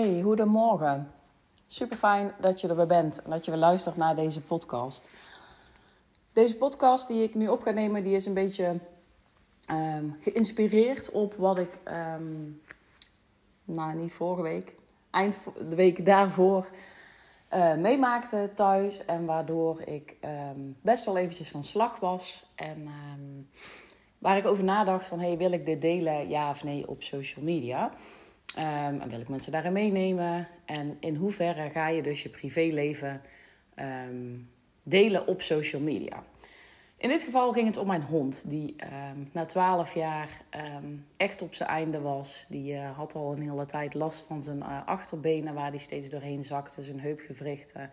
Hey, goedemorgen. Super fijn dat je er weer bent en dat je weer luistert naar deze podcast. Deze podcast die ik nu op ga nemen, die is een beetje geïnspireerd op wat ik, niet vorige week, eind de week daarvoor meemaakte thuis. En waardoor ik best wel eventjes van slag was. En waar ik over nadacht van, hey, wil ik dit delen, ja of nee, op social media? En wil ik mensen daarin meenemen? En in hoeverre ga je dus je privéleven delen op social media? In dit geval ging het om mijn hond, die na 12 jaar echt op zijn einde was. Die had al een hele tijd last van zijn achterbenen, waar hij steeds doorheen zakte, zijn heupgewrichten.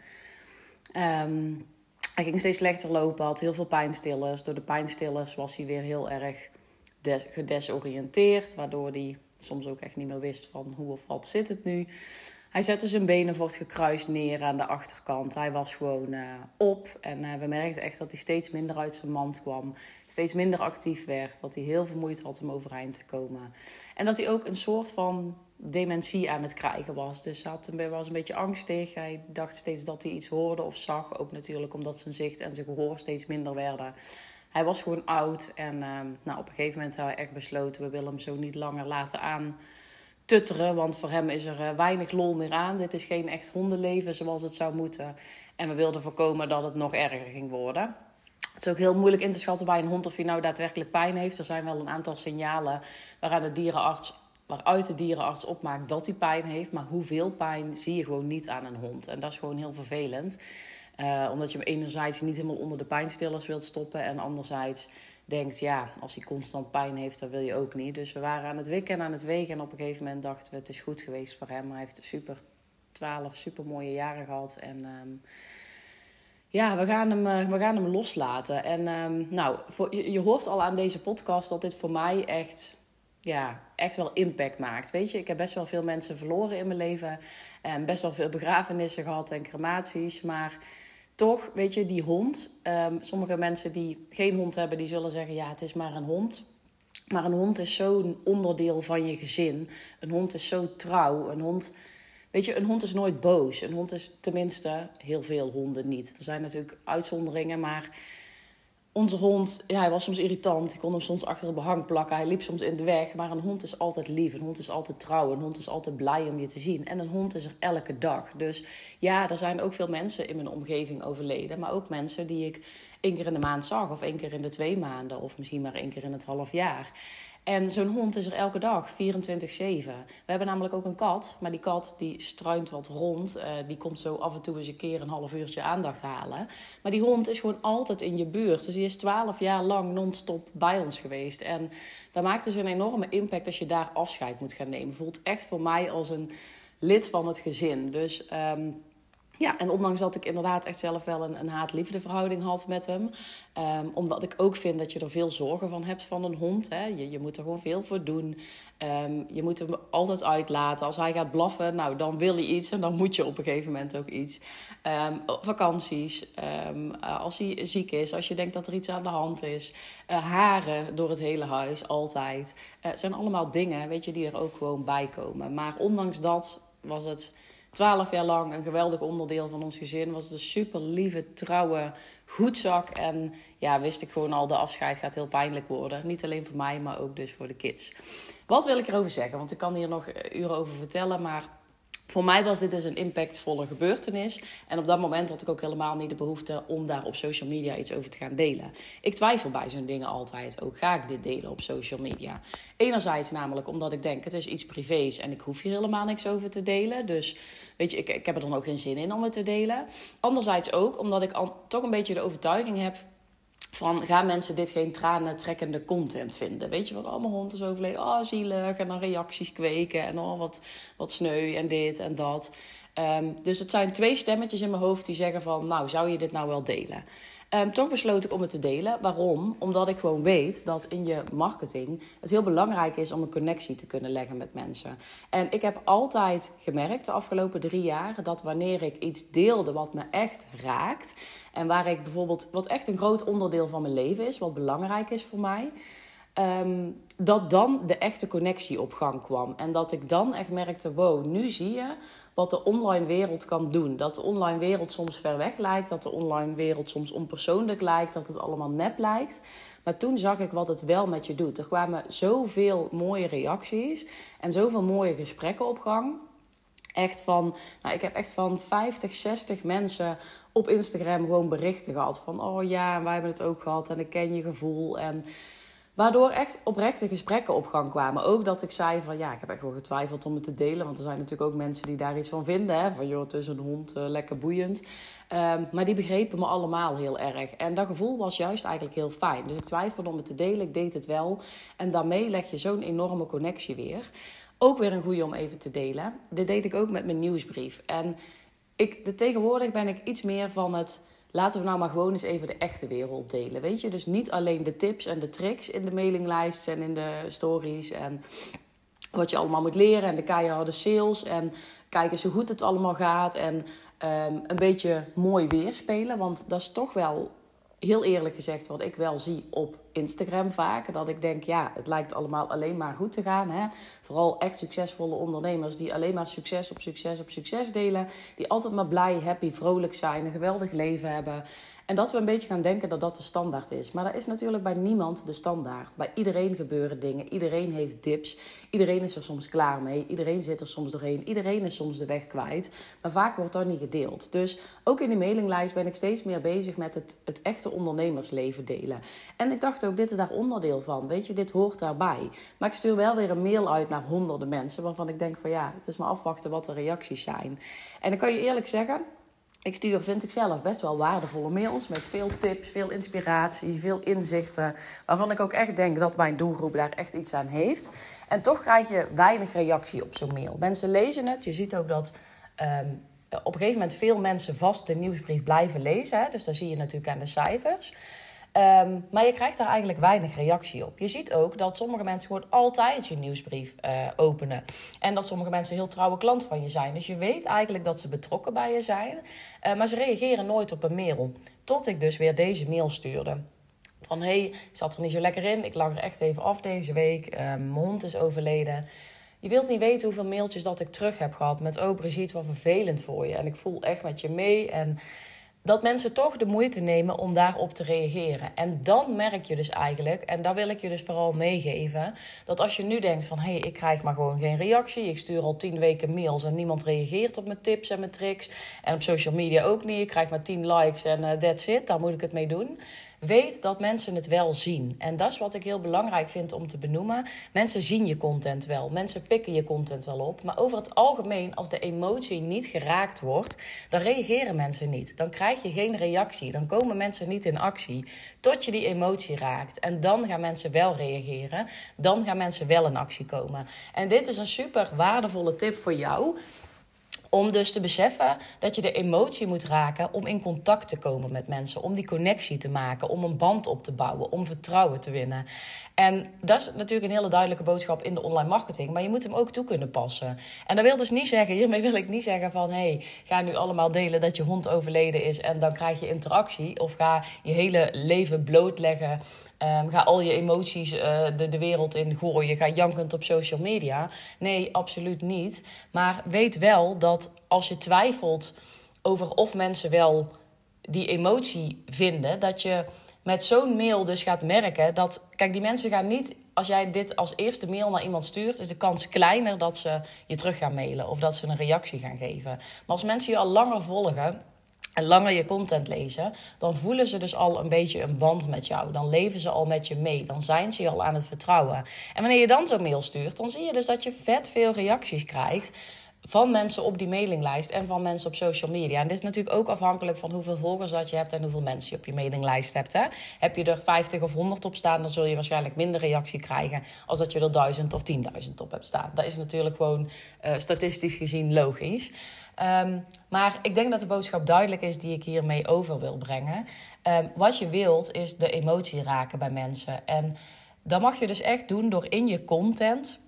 Hij ging steeds slechter lopen, had heel veel pijnstillers. Door de pijnstillers was hij weer heel erg gedesoriënteerd, waardoor hij soms ook echt niet meer wist van hoe of wat zit het nu. Hij zette zijn benen voor het gekruist neer aan de achterkant. Hij was gewoon op. En we merkten echt dat hij steeds minder uit zijn mand kwam. Steeds minder actief werd. Dat hij heel veel moeite had om overeind te komen. En dat hij ook een soort van dementie aan het krijgen was. Dus hij was een beetje angstig. Hij dacht steeds dat hij iets hoorde of zag. Ook natuurlijk omdat zijn zicht en zijn gehoor steeds minder werden. Hij was gewoon oud. En op een gegeven moment hebben we echt besloten, we willen hem zo niet langer laten aantutteren. Want voor hem is er weinig lol meer aan. Dit is geen echt hondenleven zoals het zou moeten. En we wilden voorkomen dat het nog erger ging worden. Het is ook heel moeilijk in te schatten bij een hond of hij nou daadwerkelijk pijn heeft. Er zijn wel een aantal signalen waaruit de dierenarts opmaakt dat hij pijn heeft. Maar hoeveel pijn zie je gewoon niet aan een hond. En dat is gewoon heel vervelend. Omdat je hem enerzijds niet helemaal onder de pijnstillers wilt stoppen. En anderzijds denkt, ja, als hij constant pijn heeft, dat wil je ook niet. Dus we waren aan het wikken en aan het wegen. En op een gegeven moment dachten we, het is goed geweest voor hem. Hij heeft 12 super mooie jaren gehad. En we gaan hem loslaten. En je hoort al aan deze podcast dat dit voor mij echt wel impact maakt. Weet je, ik heb best wel veel mensen verloren in mijn leven. En best wel veel begrafenissen gehad en crematies. Maar toch, weet je, die hond. Sommige mensen die geen hond hebben, die zullen zeggen, ja, het is maar een hond. Maar een hond is zo'n onderdeel van je gezin. Een hond is zo trouw. Een hond is nooit boos. Een hond is tenminste, heel veel honden niet. Er zijn natuurlijk uitzonderingen, maar onze hond, ja, hij was soms irritant. Ik kon hem soms achter het behang plakken. Hij liep soms in de weg. Maar een hond is altijd lief. Een hond is altijd trouw. Een hond is altijd blij om je te zien. En een hond is er elke dag. Dus ja, er zijn ook veel mensen in mijn omgeving overleden. Maar ook mensen die ik 1 keer in de maand zag. Of 1 keer in de 2 maanden. Of misschien maar 1 keer in het half jaar. En zo'n hond is er elke dag, 24/7. We hebben namelijk ook een kat. Maar die kat die struint wat rond. Die komt zo af en toe eens een keer een half uurtje aandacht halen. Maar die hond is gewoon altijd in je buurt. Dus die is 12 jaar lang non-stop bij ons geweest. En dat maakt dus een enorme impact als je daar afscheid moet gaan nemen. Voelt echt voor mij als een lid van het gezin. Dus en ondanks dat ik inderdaad echt zelf wel een haat-liefde verhouding had met hem. Omdat ik ook vind dat je er veel zorgen van hebt van een hond. Hè. Je moet er gewoon veel voor doen. Je moet hem altijd uitlaten. Als hij gaat blaffen, nou dan wil hij iets. En dan moet je op een gegeven moment ook iets. Vakanties. Als hij ziek is. Als je denkt dat er iets aan de hand is. Haren door het hele huis, altijd. Het zijn allemaal dingen, weet je, die er ook gewoon bij komen. Maar ondanks dat was het 12 jaar lang een geweldig onderdeel van ons gezin. Was het een super lieve, trouwe goedzak. En ja, wist ik gewoon al, de afscheid gaat heel pijnlijk worden. Niet alleen voor mij, maar ook dus voor de kids. Wat wil ik erover zeggen? Want ik kan hier nog uren over vertellen, maar voor mij was dit dus een impactvolle gebeurtenis. En op dat moment had ik ook helemaal niet de behoefte om daar op social media iets over te gaan delen. Ik twijfel bij zo'n dingen altijd. Ook ga ik dit delen op social media? Enerzijds namelijk omdat ik denk, het is iets privés en ik hoef hier helemaal niks over te delen. Dus weet je, ik heb er dan ook geen zin in om het te delen. Anderzijds ook omdat ik toch een beetje de overtuiging heb van, gaan mensen dit geen tranentrekkende content vinden? Weet je, wat mijn hond is overleden. Oh, zielig. En dan reacties kweken. En wat sneu en dit en dat. Dus het zijn 2 stemmetjes in mijn hoofd die zeggen van, nou, zou je dit nou wel delen? Toch besloot ik om het te delen. Waarom? Omdat ik gewoon weet dat in je marketing het heel belangrijk is om een connectie te kunnen leggen met mensen. En ik heb altijd gemerkt de afgelopen 3 jaar dat wanneer ik iets deelde wat me echt raakt en waar ik bijvoorbeeld, wat echt een groot onderdeel van mijn leven is, wat belangrijk is voor mij, dat dan de echte connectie op gang kwam. En dat ik dan echt merkte, wow, nu zie je wat de online wereld kan doen. Dat de online wereld soms ver weg lijkt. Dat de online wereld soms onpersoonlijk lijkt. Dat het allemaal nep lijkt. Maar toen zag ik wat het wel met je doet. Er kwamen zoveel mooie reacties en zoveel mooie gesprekken op gang. Ik heb echt van 50, 60 mensen op Instagram gewoon berichten gehad. Van, oh ja, wij hebben het ook gehad en ik ken je gevoel. En waardoor echt oprechte gesprekken op gang kwamen. Ook dat ik zei van, ja, ik heb echt wel getwijfeld om het te delen. Want er zijn natuurlijk ook mensen die daar iets van vinden. Hè? Van, joh, het is een hond, lekker boeiend. Maar die begrepen me allemaal heel erg. En dat gevoel was juist eigenlijk heel fijn. Dus ik twijfelde om het te delen, ik deed het wel. En daarmee leg je zo'n enorme connectie weer. Ook weer een goeie om even te delen. Dit deed ik ook met mijn nieuwsbrief. En tegenwoordig ben ik iets meer van het, laten we nou maar gewoon eens even de echte wereld delen. Weet je, dus niet alleen de tips en de tricks in de mailinglijst en in de stories. En wat je allemaal moet leren en de keiharde sales. En kijken hoe goed het allemaal gaat. En een beetje mooi weerspelen. Want dat is toch wel, heel eerlijk gezegd, wat ik wel zie op Instagram vaak. Dat ik denk, ja, het lijkt allemaal alleen maar goed te gaan. Hè? Vooral echt succesvolle ondernemers die alleen maar succes op succes op succes delen. Die altijd maar blij, happy, vrolijk zijn, een geweldig leven hebben. En dat we een beetje gaan denken dat dat de standaard is. Maar dat is natuurlijk bij niemand de standaard. Bij iedereen gebeuren dingen. Iedereen heeft dips. Iedereen is er soms klaar mee. Iedereen zit er soms doorheen. Iedereen is soms de weg kwijt. Maar vaak wordt dat niet gedeeld. Dus ook in die mailinglijst ben ik steeds meer bezig met het echte ondernemersleven delen. En ik dacht ook, dit is daar onderdeel van. Weet je, dit hoort daarbij. Maar ik stuur wel weer een mail uit naar honderden mensen. Waarvan ik denk van ja, het is maar afwachten wat de reacties zijn. En dan kan je eerlijk zeggen, ik stuur, vind ik zelf, best wel waardevolle mails met veel tips, veel inspiratie, veel inzichten. Waarvan ik ook echt denk dat mijn doelgroep daar echt iets aan heeft. En toch krijg je weinig reactie op zo'n mail. Mensen lezen het. Je ziet ook dat op een gegeven moment veel mensen vast de nieuwsbrief blijven lezen. Hè? Dus dat zie je natuurlijk aan de cijfers. Maar je krijgt daar eigenlijk weinig reactie op. Je ziet ook dat sommige mensen gewoon altijd je nieuwsbrief openen. En dat sommige mensen heel trouwe klant van je zijn. Dus je weet eigenlijk dat ze betrokken bij je zijn. Maar ze reageren nooit op een mail. Tot ik dus weer deze mail stuurde. Van ik zat er niet zo lekker in. Ik lag er echt even af deze week. Mijn hond is overleden. Je wilt niet weten hoeveel mailtjes dat ik terug heb gehad. Met Brigitte, wat vervelend voor je. En ik voel echt met je mee. En dat mensen toch de moeite nemen om daarop te reageren. En dan merk je dus eigenlijk, en daar wil ik je dus vooral meegeven, dat als je nu denkt van, ik krijg maar gewoon geen reactie. Ik stuur al 10 weken mails en niemand reageert op mijn tips en mijn tricks. En op social media ook niet. Ik krijg maar 10 likes en that's it. Daar moet ik het mee doen. Weet dat mensen het wel zien. En dat is wat ik heel belangrijk vind om te benoemen. Mensen zien je content wel. Mensen pikken je content wel op. Maar over het algemeen, als de emotie niet geraakt wordt, dan reageren mensen niet. Dan krijg je geen reactie. Dan komen mensen niet in actie. Tot je die emotie raakt. En dan gaan mensen wel reageren. Dan gaan mensen wel in actie komen. En dit is een super waardevolle tip voor jou. Om dus te beseffen dat je de emotie moet raken om in contact te komen met mensen. Om die connectie te maken, om een band op te bouwen, om vertrouwen te winnen. En dat is natuurlijk een hele duidelijke boodschap in de online marketing. Maar je moet hem ook toe kunnen passen. En dat wil dus niet zeggen, hiermee wil ik niet zeggen van, ga nu allemaal delen dat je hond overleden is en dan krijg je interactie. Of ga je hele leven blootleggen. Ga al je emoties de wereld in gooien. Ga jankend op social media. Nee, absoluut niet. Maar weet wel dat als je twijfelt over of mensen wel die emotie vinden, dat je met zo'n mail dus gaat merken dat, kijk, die mensen gaan niet, als jij dit als eerste mail naar iemand stuurt, is de kans kleiner dat ze je terug gaan mailen of dat ze een reactie gaan geven. Maar als mensen je al langer volgen en langer je content lezen, dan voelen ze dus al een beetje een band met jou. Dan leven ze al met je mee. Dan zijn ze je al aan het vertrouwen. En wanneer je dan zo'n mail stuurt, dan zie je dus dat je vet veel reacties krijgt van mensen op die mailinglijst en van mensen op social media. En dit is natuurlijk ook afhankelijk van hoeveel volgers dat je hebt en hoeveel mensen je op je mailinglijst hebt. Hè? Heb je er 50 of 100 op staan, dan zul je waarschijnlijk minder reactie krijgen als dat je er 1000 of 10.000 op hebt staan. Dat is natuurlijk gewoon statistisch gezien logisch. Maar ik denk dat de boodschap duidelijk is die ik hiermee over wil brengen. Wat je wilt is de emotie raken bij mensen. En dat mag je dus echt doen door in je content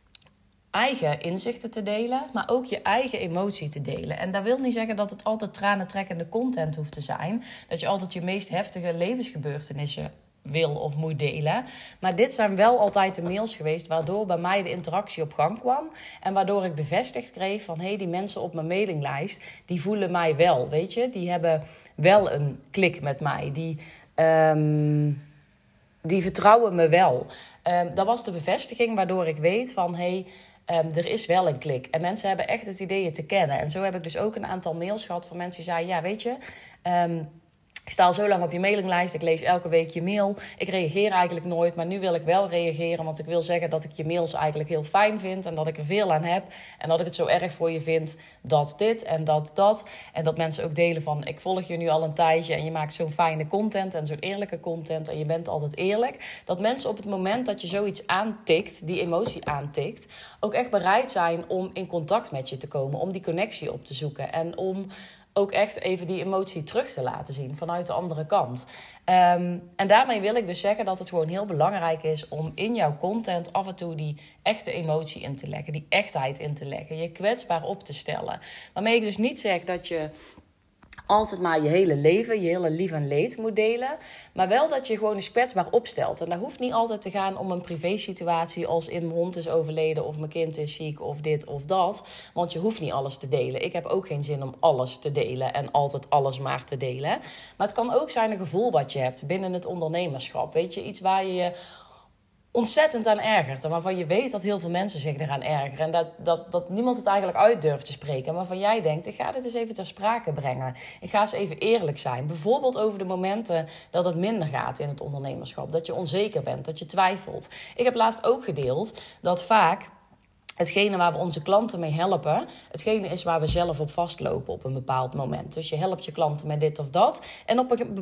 eigen inzichten te delen, maar ook je eigen emotie te delen. En dat wil niet zeggen dat het altijd tranentrekkende content hoeft te zijn. Dat je altijd je meest heftige levensgebeurtenissen wil of moet delen. Maar dit zijn wel altijd de mails geweest waardoor bij mij de interactie op gang kwam. En waardoor ik bevestigd kreeg van die mensen op mijn mailinglijst, die voelen mij wel, weet je. Die hebben wel een klik met mij. Die vertrouwen me wel. Dat was de bevestiging waardoor ik weet van er is wel een klik. En mensen hebben echt het idee je te kennen. En zo heb ik dus ook een aantal mails gehad van mensen die zeiden, ja, weet je, ik sta al zo lang op je mailinglijst. Ik lees elke week je mail. Ik reageer eigenlijk nooit. Maar nu wil ik wel reageren. Want ik wil zeggen dat ik je mails eigenlijk heel fijn vind. En dat ik er veel aan heb. En dat ik het zo erg voor je vind dat dit en dat. En dat mensen ook delen van, ik volg je nu al een tijdje. En je maakt zo'n fijne content en zo'n eerlijke content. En je bent altijd eerlijk. Dat mensen op het moment dat je zoiets aantikt, die emotie aantikt, ook echt bereid zijn om in contact met je te komen. Om die connectie op te zoeken. En om ook echt even die emotie terug te laten zien vanuit de andere kant. En daarmee wil ik dus zeggen dat het gewoon heel belangrijk is om in jouw content af en toe die echte emotie in te leggen, die echtheid in te leggen, je kwetsbaar op te stellen. Waarmee ik dus niet zeg dat je altijd maar je hele leven, je hele lief en leed moet delen. Maar wel dat je gewoon eens kwetsbaar opstelt. En dat hoeft niet altijd te gaan om een privésituatie als in mijn hond is overleden of mijn kind is ziek of dit of dat. Want je hoeft niet alles te delen. Ik heb ook geen zin om alles te delen en altijd alles maar te delen. Maar het kan ook zijn een gevoel wat je hebt binnen het ondernemerschap. Weet je, iets waar je je ontzettend aan ergert. En waarvan je weet dat heel veel mensen zich eraan ergeren. En dat niemand het eigenlijk uit durft te spreken. Waarvan jij denkt, ik ga dit eens even ter sprake brengen. Ik ga eens even eerlijk zijn. Bijvoorbeeld over de momenten dat het minder gaat in het ondernemerschap. Dat je onzeker bent, dat je twijfelt. Ik heb laatst ook gedeeld dat vaak hetgene waar we onze klanten mee helpen, hetgene is waar we zelf op vastlopen op een bepaald moment. Dus je helpt je klanten met dit of dat. En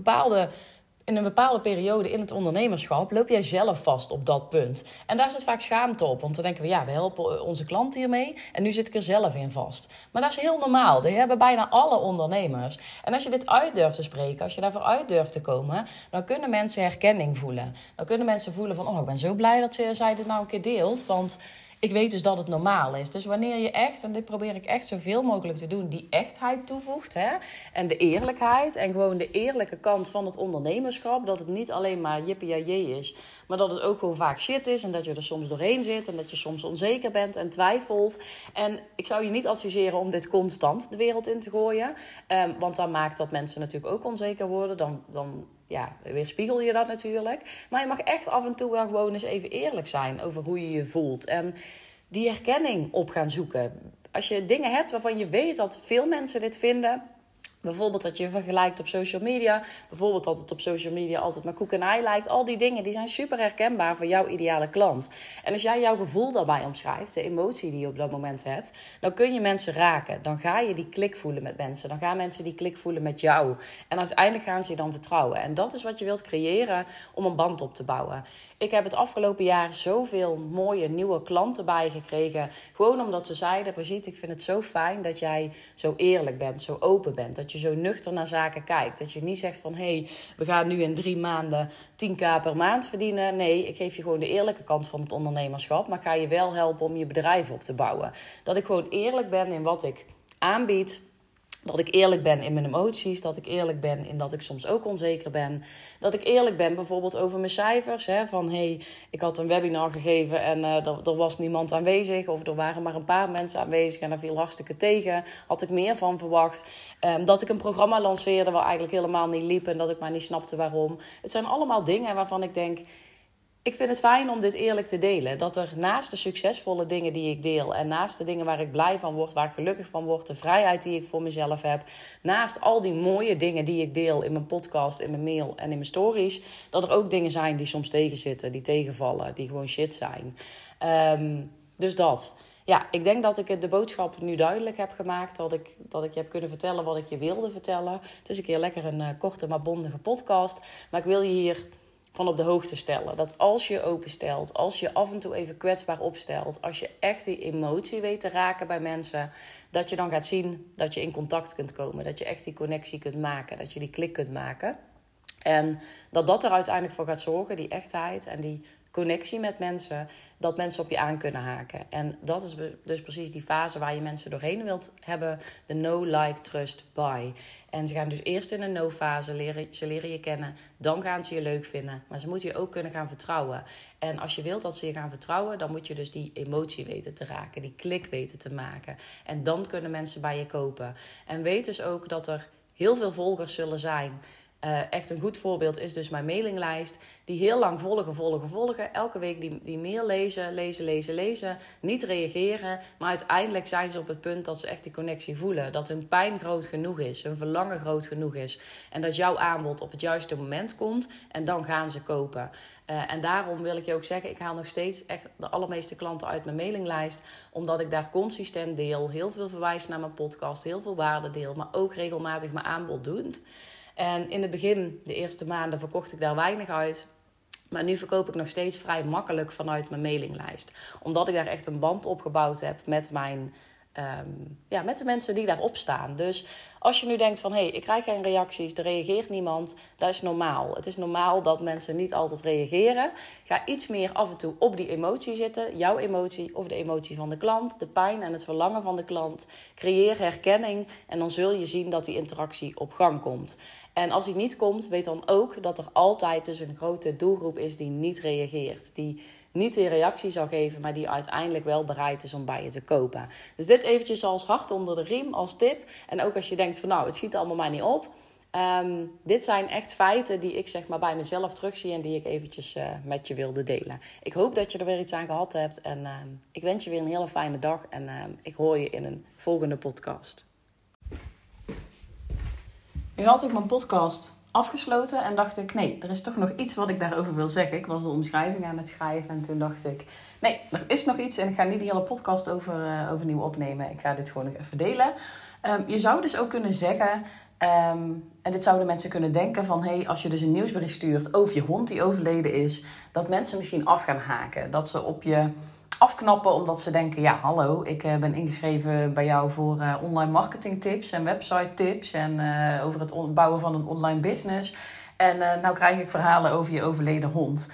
in een bepaalde periode in het ondernemerschap loop jij zelf vast op dat punt. En daar zit vaak schaamte op. Want dan denken we, ja, we helpen onze klanten hiermee. En nu zit ik er zelf in vast. Maar dat is heel normaal. Dat hebben bijna alle ondernemers. En als je dit uit durft te spreken, als je daarvoor uit durft te komen, dan kunnen mensen herkenning voelen. Dan kunnen mensen voelen van, ik ben zo blij dat zij dit nou een keer deelt. Want ik weet dus dat het normaal is. Dus wanneer je echt, en dit probeer ik echt zoveel mogelijk te doen, die echtheid toevoegt. En de eerlijkheid en gewoon de eerlijke kant van het ondernemerschap. Dat het niet alleen maar jippie is. Maar dat het ook gewoon vaak shit is. En dat je er soms doorheen zit. En dat je soms onzeker bent en twijfelt. En ik zou je niet adviseren om dit constant de wereld in te gooien. Want dan maakt dat mensen natuurlijk ook onzeker worden. Dan weerspiegel je dat natuurlijk. Maar je mag echt af en toe wel gewoon eens even eerlijk zijn over hoe je je voelt. En die herkenning op gaan zoeken. Als je dingen hebt waarvan je weet dat veel mensen dit vinden. Bijvoorbeeld dat je vergelijkt op social media. Bijvoorbeeld dat het op social media altijd maar koek en ei lijkt. Al die dingen die zijn super herkenbaar voor jouw ideale klant. En als jij jouw gevoel daarbij omschrijft, de emotie die je op dat moment hebt, dan kun je mensen raken. Dan ga je die klik voelen met mensen. Dan gaan mensen die klik voelen met jou. En uiteindelijk gaan ze je dan vertrouwen. En dat is wat je wilt creëren om een band op te bouwen. Ik heb het afgelopen jaar zoveel mooie nieuwe klanten bijgekregen. Gewoon omdat ze zeiden, Brigitte, ik vind het zo fijn dat jij zo eerlijk bent, zo open bent. Dat je zo nuchter naar zaken kijkt. Dat je niet zegt van, we gaan nu in 3 maanden 10.000 per maand verdienen. Nee, ik geef je gewoon de eerlijke kant van het ondernemerschap. Maar ga je wel helpen om je bedrijf op te bouwen. Dat ik gewoon eerlijk ben in wat ik aanbied. Dat ik eerlijk ben in mijn emoties. Dat ik eerlijk ben in dat ik soms ook onzeker ben. Dat ik eerlijk ben bijvoorbeeld over mijn cijfers. Van ik had een webinar gegeven en er was niemand aanwezig. Of er waren maar een paar mensen aanwezig en daar viel hartstikke tegen. Had ik meer van verwacht. Dat ik een programma lanceerde waar eigenlijk helemaal niet liep. En dat ik maar niet snapte waarom. Het zijn allemaal dingen waarvan ik denk, ik vind het fijn om dit eerlijk te delen. Dat er naast de succesvolle dingen die ik deel en naast de dingen waar ik blij van word, waar ik gelukkig van word, de vrijheid die ik voor mezelf heb, naast al die mooie dingen die ik deel in mijn podcast, in mijn mail en in mijn stories, dat er ook dingen zijn die soms tegenzitten, die tegenvallen, die gewoon shit zijn. Dus dat. Ja, ik denk dat ik de boodschap nu duidelijk heb gemaakt. Dat ik je heb kunnen vertellen wat ik je wilde vertellen. Het is een keer lekker een korte maar bondige podcast. Maar ik wil je hier van op de hoogte stellen. Dat als je openstelt, als je af en toe even kwetsbaar opstelt, als je echt die emotie weet te raken bij mensen, dat je dan gaat zien dat je in contact kunt komen. Dat je echt die connectie kunt maken. Dat je die klik kunt maken. En dat er uiteindelijk voor gaat zorgen, die echtheid en die connectie met mensen, dat mensen op je aan kunnen haken. En dat is dus precies die fase waar je mensen doorheen wilt hebben. De know, like, trust, buy. En ze gaan dus eerst in een no-fase, ze leren je kennen. Dan gaan ze je leuk vinden. Maar ze moeten je ook kunnen gaan vertrouwen. En als je wilt dat ze je gaan vertrouwen, dan moet je dus die emotie weten te raken. Die klik weten te maken. En dan kunnen mensen bij je kopen. En weet dus ook dat er heel veel volgers zullen zijn. Echt een goed voorbeeld is dus mijn mailinglijst. Die heel lang volgen. Elke week die mail lezen. Niet reageren. Maar uiteindelijk zijn ze op het punt dat ze echt die connectie voelen. Dat hun pijn groot genoeg is. Hun verlangen groot genoeg is. En dat jouw aanbod op het juiste moment komt. En dan gaan ze kopen. En daarom wil ik je ook zeggen, ik haal nog steeds echt de allermeeste klanten uit mijn mailinglijst. Omdat ik daar consistent deel. Heel veel verwijs naar mijn podcast. Heel veel waarde deel. Maar ook regelmatig mijn aanbod doe. En in het begin, de eerste maanden, verkocht ik daar weinig uit. Maar nu verkoop ik nog steeds vrij makkelijk vanuit mijn mailinglijst. Omdat ik daar echt een band opgebouwd heb met met de mensen die daarop staan. Dus als je nu denkt van, ik krijg geen reacties, er reageert niemand, dat is normaal. Het is normaal dat mensen niet altijd reageren. Ga iets meer af en toe op die emotie zitten. Jouw emotie of de emotie van de klant, de pijn en het verlangen van de klant. Creëer herkenning en dan zul je zien dat die interactie op gang komt. En als die niet komt, weet dan ook dat er altijd dus een grote doelgroep is die niet reageert. Die niet die reactie zal geven, maar die uiteindelijk wel bereid is om bij je te kopen. Dus dit eventjes als hart onder de riem, als tip. En ook als je denkt van het schiet allemaal maar niet op. Dit zijn echt feiten die ik zeg maar bij mezelf terugzie en die ik eventjes met je wilde delen. Ik hoop dat je er weer iets aan gehad hebt. En ik wens je weer een hele fijne dag. En ik hoor je in een volgende podcast. Nu had ik mijn podcast afgesloten en dacht ik, nee, er is toch nog iets wat ik daarover wil zeggen. Ik was de omschrijving aan het schrijven en toen dacht ik, nee, er is nog iets en ik ga niet die hele podcast overnieuw opnemen. Ik ga dit gewoon nog even delen. Je zou dus ook kunnen zeggen, en dit zouden mensen kunnen denken van, als je dus een nieuwsbericht stuurt over je hond die overleden is, dat mensen misschien af gaan haken. Dat ze op je afknappen omdat ze denken, ja hallo, ik ben ingeschreven bij jou voor online marketing tips en website tips en over het bouwen van een online business. En nou krijg ik verhalen over je overleden hond.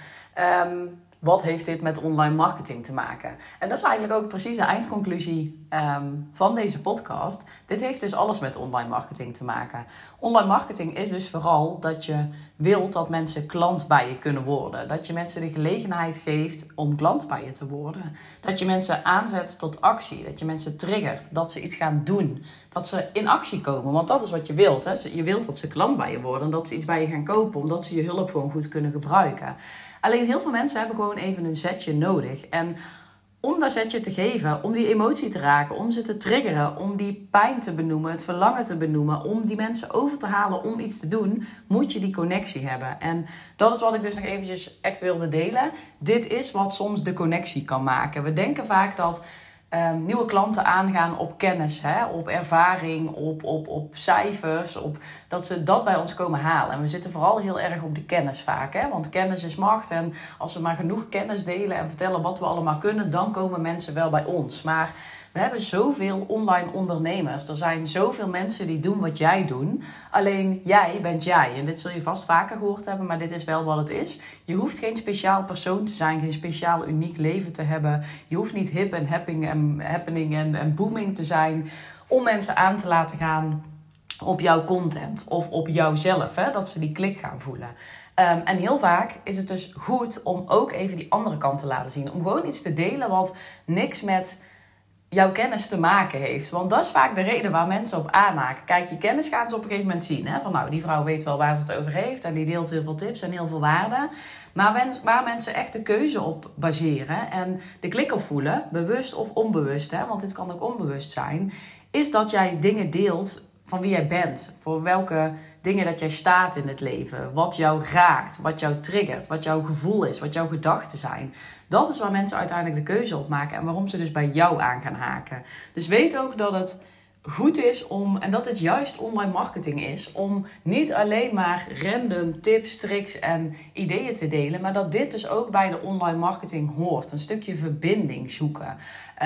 Wat heeft dit met online marketing te maken? En dat is eigenlijk ook precies de eindconclusie van deze podcast. Dit heeft dus alles met online marketing te maken. Online marketing is dus vooral dat je wilt dat mensen klant bij je kunnen worden. Dat je mensen de gelegenheid geeft om klant bij je te worden. Dat je mensen aanzet tot actie. Dat je mensen triggert. Dat ze iets gaan doen. Dat ze in actie komen. Want dat is wat je wilt. Hè? Je wilt dat ze klant bij je worden. En dat ze iets bij je gaan kopen. Omdat ze je hulp gewoon goed kunnen gebruiken. Alleen heel veel mensen hebben gewoon even een zetje nodig. En om dat zetje te geven, om die emotie te raken, om ze te triggeren, om die pijn te benoemen, het verlangen te benoemen, om die mensen over te halen om iets te doen, moet je die connectie hebben. En dat is wat ik dus nog eventjes echt wilde delen. Dit is wat soms de connectie kan maken. We denken vaak dat nieuwe klanten aangaan op kennis, op ervaring, op cijfers, dat ze dat bij ons komen halen. En we zitten vooral heel erg op de kennis vaak, want kennis is macht. En als we maar genoeg kennis delen en vertellen wat we allemaal kunnen, dan komen mensen wel bij ons. Maar we hebben zoveel online ondernemers. Er zijn zoveel mensen die doen wat jij doet. Alleen jij bent jij. En dit zul je vast vaker gehoord hebben, maar dit is wel wat het is. Je hoeft geen speciaal persoon te zijn, geen speciaal uniek leven te hebben. Je hoeft niet hip en happening en booming te zijn om mensen aan te laten gaan op jouw content of op jouzelf. Dat ze die klik gaan voelen. En heel vaak is het dus goed om ook even die andere kant te laten zien. Om gewoon iets te delen wat niks met jouw kennis te maken heeft. Want dat is vaak de reden waar mensen op aanhaken. Kijk, je kennis gaan ze op een gegeven moment zien. Van nou, die vrouw weet wel waar ze het over heeft. En die deelt heel veel tips en heel veel waarde. Maar waar mensen echt de keuze op baseren. En de klik op voelen. Bewust of onbewust. Want dit kan ook onbewust zijn. Is dat jij dingen deelt van wie jij bent. Voor welke dingen dat jij staat in het leven. Wat jou raakt. Wat jou triggert. Wat jouw gevoel is. Wat jouw gedachten zijn. Dat is waar mensen uiteindelijk de keuze op maken. En waarom ze dus bij jou aan gaan haken. Dus weet ook dat het goed is om, en dat het juist online marketing is, om niet alleen maar random tips, tricks en ideeën te delen. Maar dat dit dus ook bij de online marketing hoort. Een stukje verbinding zoeken.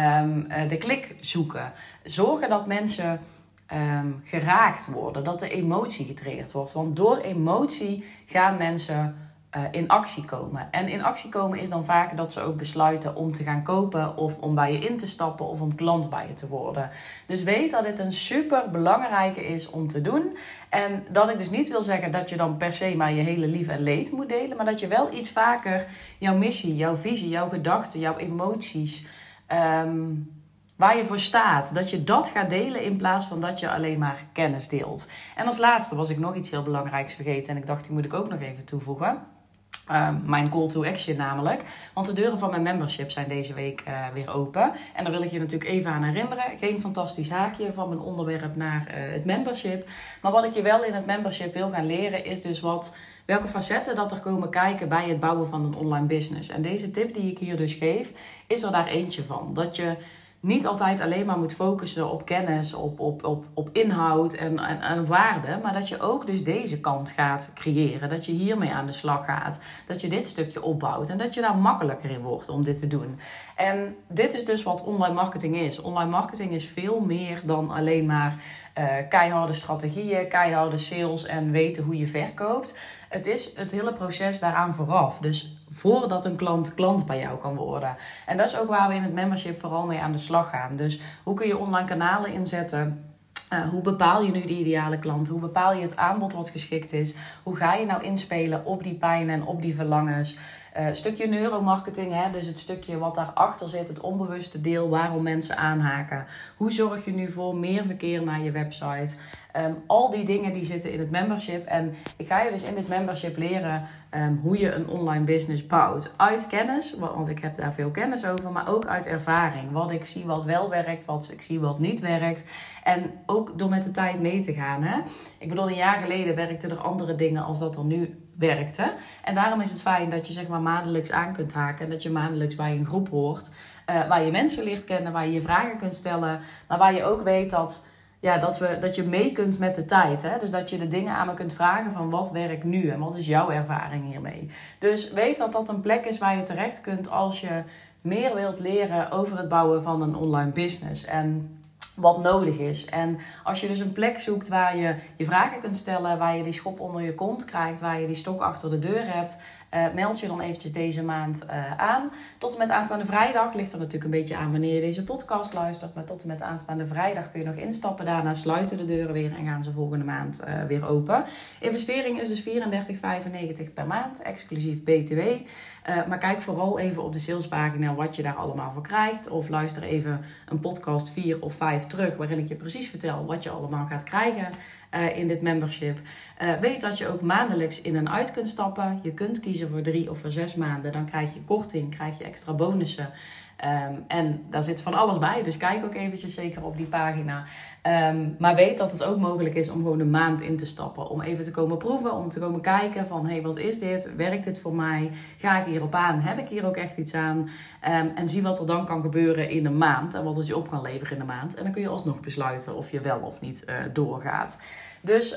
De klik zoeken. Zorgen dat mensen geraakt worden. Dat de emotie getriggerd wordt. Want door emotie gaan mensen in actie komen. En in actie komen is dan vaak dat ze ook besluiten om te gaan kopen of om bij je in te stappen of om klant bij je te worden. Dus weet dat dit een super belangrijke is om te doen. En dat ik dus niet wil zeggen dat je dan per se maar je hele lief en leed moet delen, maar dat je wel iets vaker jouw missie, jouw visie, jouw gedachten, jouw emoties, waar je voor staat, dat je dat gaat delen in plaats van dat je alleen maar kennis deelt. En als laatste was ik nog iets heel belangrijks vergeten en ik dacht, die moet ik ook nog even toevoegen. Mijn call to action namelijk. Want de deuren van mijn membership zijn deze week weer open. En daar wil ik je natuurlijk even aan herinneren. Geen fantastisch haakje van mijn onderwerp naar het membership. Maar wat ik je wel in het membership wil gaan leren is dus welke facetten dat er komen kijken bij het bouwen van een online business. En deze tip die ik hier dus geef, is er daar eentje van. Dat je niet altijd alleen maar moet focussen op kennis, op inhoud en waarde. Maar dat je ook dus deze kant gaat creëren. Dat je hiermee aan de slag gaat. Dat je dit stukje opbouwt. En dat je daar makkelijker in wordt om dit te doen. En dit is dus wat online marketing is. Online marketing is veel meer dan alleen maar keiharde strategieën, keiharde sales en weten hoe je verkoopt. Het is het hele proces daaraan vooraf. Dus voordat een klant bij jou kan worden. En dat is ook waar we in het membership vooral mee aan de slag gaan. Dus hoe kun je online kanalen inzetten? Hoe bepaal je nu de ideale klant? Hoe bepaal je het aanbod wat geschikt is? Hoe ga je nou inspelen op die pijn en op die verlangens? Stukje neuromarketing, dus het stukje wat daarachter zit, het onbewuste deel waarom mensen aanhaken. Hoe zorg je nu voor meer verkeer naar je website? Al die dingen die zitten in het membership. En ik ga je dus in dit membership leren hoe je een online business bouwt. Uit kennis, want ik heb daar veel kennis over, maar ook uit ervaring. Wat ik zie wat wel werkt, wat ik zie wat niet werkt. En ook door met de tijd mee te gaan. Ik bedoel, een jaar geleden werkten er andere dingen als dat er nu werkte. En daarom is het fijn dat je zeg maar maandelijks aan kunt haken. En dat je maandelijks bij een groep hoort. Waar je mensen leert kennen, waar je je vragen kunt stellen. Maar waar je ook weet dat je mee kunt met de tijd. Dus dat je de dingen aan me kunt vragen van wat werkt nu en wat is jouw ervaring hiermee. Dus weet dat dat een plek is waar je terecht kunt als je meer wilt leren over het bouwen van een online business. En wat nodig is. En als je dus een plek zoekt waar je je vragen kunt stellen, waar je die schop onder je kont krijgt, waar je die stok achter de deur hebt, meld je dan eventjes deze maand aan. Tot en met aanstaande vrijdag, ligt er natuurlijk een beetje aan wanneer je deze podcast luistert, maar tot en met aanstaande vrijdag kun je nog instappen. Daarna sluiten de deuren weer en gaan ze volgende maand weer open. Investering is dus €34,95 per maand, exclusief BTW. Maar kijk vooral even op de salespagina wat je daar allemaal voor krijgt. Of luister even een podcast 4 of 5 terug, waarin ik je precies vertel wat je allemaal gaat krijgen in dit membership. Weet dat je ook maandelijks in en uit kunt stappen. Je kunt kiezen voor 3 of voor 6 maanden. Dan krijg je korting, krijg je extra bonussen. En daar zit van alles bij. Dus kijk ook eventjes zeker op die pagina. Maar weet dat het ook mogelijk is om gewoon een maand in te stappen. Om even te komen proeven. Om te komen kijken van hey, wat is dit? Werkt dit voor mij? Ga ik hierop aan? Heb ik hier ook echt iets aan? En zie wat er dan kan gebeuren in een maand. En wat het je op kan leveren in een maand. En dan kun je alsnog besluiten of je wel of niet doorgaat. Dus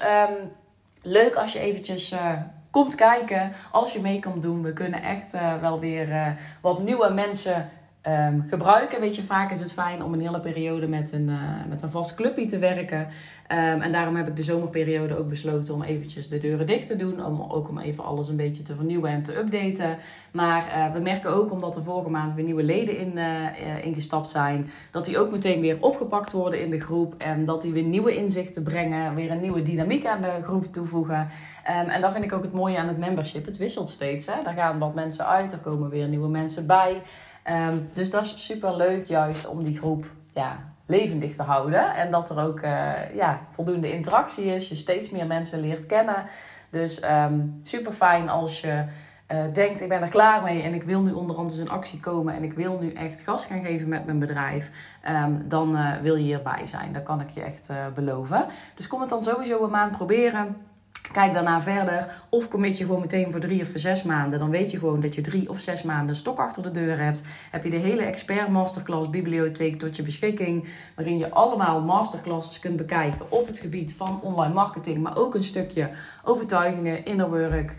leuk als je eventjes komt kijken. Als je mee komt doen. We kunnen echt wel weer wat nieuwe mensen gebruiken. Weet je, vaak is het fijn om een hele periode met een vast clubje te werken. En daarom heb ik de zomerperiode ook besloten om eventjes de deuren dicht te doen. Om even alles een beetje te vernieuwen en te updaten. Maar we merken ook, omdat er vorige maand weer nieuwe leden ingestapt zijn, dat die ook meteen weer opgepakt worden in de groep. En dat die weer nieuwe inzichten brengen. Weer een nieuwe dynamiek aan de groep toevoegen. En dat vind ik ook het mooie aan het membership. Het wisselt steeds. Daar gaan wat mensen uit. Er komen weer nieuwe mensen bij. Dus dat is super leuk juist om die groep levendig te houden. En dat er ook voldoende interactie is. Je steeds meer mensen leert kennen. Dus super fijn als je denkt ik ben er klaar mee. En ik wil nu onderhand in actie komen. En ik wil nu echt gas gaan geven met mijn bedrijf. Dan wil je hierbij zijn. Dat kan ik je echt beloven. Dus kom het dan sowieso een maand proberen. Kijk daarna verder. Of commit je gewoon meteen voor 3 of voor 6 maanden. Dan weet je gewoon dat je 3 of 6 maanden stok achter de deur hebt. Heb je de hele expert masterclass bibliotheek tot je beschikking. Waarin je allemaal masterclasses kunt bekijken op het gebied van online marketing. Maar ook een stukje overtuigingen, inner work.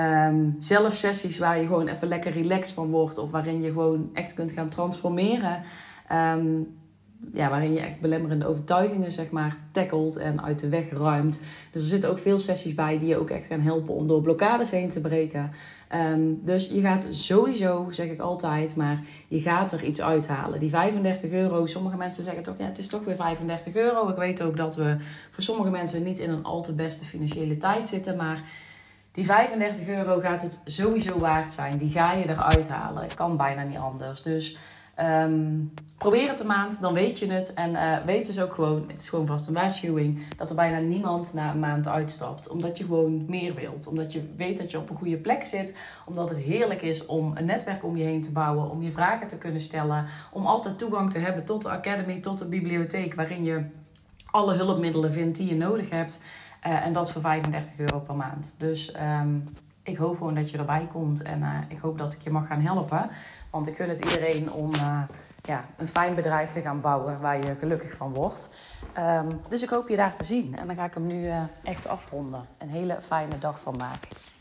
Zelf sessies waar je gewoon even lekker relaxed van wordt. Of waarin je gewoon echt kunt gaan transformeren. waarin je echt belemmerende overtuigingen, zeg maar, tackelt en uit de weg ruimt. Dus er zitten ook veel sessies bij die je ook echt gaan helpen om door blokkades heen te breken. Dus je gaat sowieso, zeg ik altijd, maar je gaat er iets uithalen. Die €35, sommige mensen zeggen toch, het is toch weer €35. Ik weet ook dat we voor sommige mensen niet in een al te beste financiële tijd zitten, maar die €35 gaat het sowieso waard zijn. Die ga je eruit halen. Het kan bijna niet anders. Dus probeer het een maand, dan weet je het. En weet dus ook gewoon, het is gewoon vast een waarschuwing, dat er bijna niemand na een maand uitstapt. Omdat je gewoon meer wilt. Omdat je weet dat je op een goede plek zit. Omdat het heerlijk is om een netwerk om je heen te bouwen. Om je vragen te kunnen stellen. Om altijd toegang te hebben tot de academy, tot de bibliotheek. Waarin je alle hulpmiddelen vindt die je nodig hebt. En dat voor €35 per maand. Dus ik hoop gewoon dat je erbij komt. En ik hoop dat ik je mag gaan helpen. Want ik gun het iedereen om een fijn bedrijf te gaan bouwen waar je gelukkig van wordt. Dus ik hoop je daar te zien. En dan ga ik hem nu echt afronden. Een hele fijne dag vandaag.